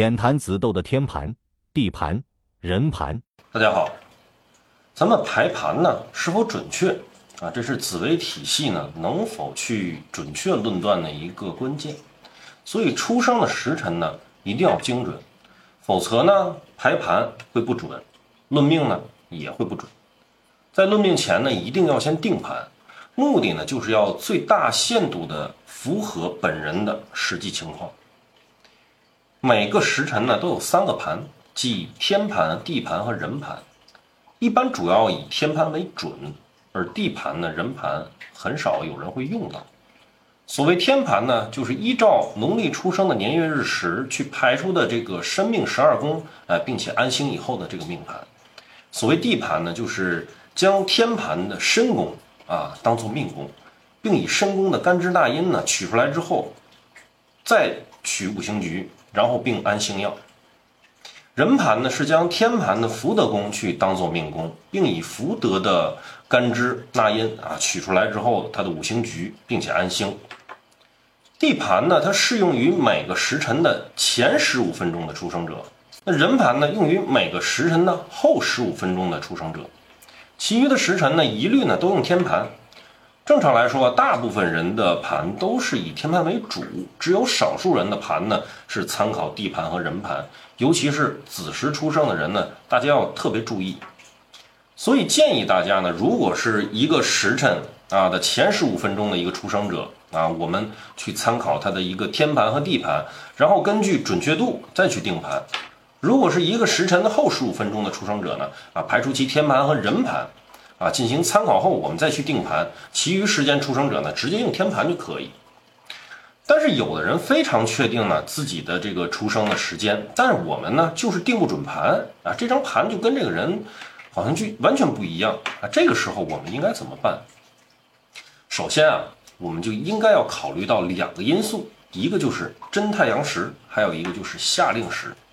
浅谈子豆的天盘、地盘、人盘。 大家好，咱们排盘呢是否准确啊？这是紫微体系呢能否去准确论断的一个关键。所以出生的时辰呢一定要精准，否则呢排盘会不准，论命呢也会不准。在论命前呢，一定要先定盘，目的呢就是要最大限度的符合本人的实际情况。每个时辰呢都有3个盘，即天盘、地盘和人盘。一般主要以天盘为准，而地盘呢、人盘很少有人会用到。所谓天盘呢，就是依照农历出生的年月日时去排出的这个申命12宫，并且安星以后的这个命盘。所谓地盘呢，就是将天盘的申宫当做命宫，并以申宫的干支纳音呢取出来之后，再取五行局，然后并安星曜。人盘呢是将天盘的福德宫去当做命宫，并以福德的干支纳音取出来之后，它的五行局，并且安星。地盘呢，它适用于每个时辰的前15分钟的出生者，那人盘呢用于每个时辰的后15分钟的出生者，其余的时辰呢一律呢都用天盘。正常来说，大部分人的盘都是以天盘为主，只有少数人的盘呢是参考地盘和人盘，尤其是子时出生的人呢，大家要特别注意。所以建议大家呢，如果是一个时辰的前15分钟的一个出生者我们去参考他的一个天盘和地盘，然后根据准确度再去定盘。如果是一个时辰的后15分钟的出生者呢，排除其天盘和人盘进行参考后，我们再去定盘，其余时间出生者呢，直接用天盘就可以。但是有的人非常确定呢自己的这个出生的时间，但是我们呢就是定不准盘这张盘就跟这个人好像就完全不一样这个时候我们应该怎么办？首先我们就应该要考虑到2个因素，一个就是真太阳时，还有一个就是夏令时。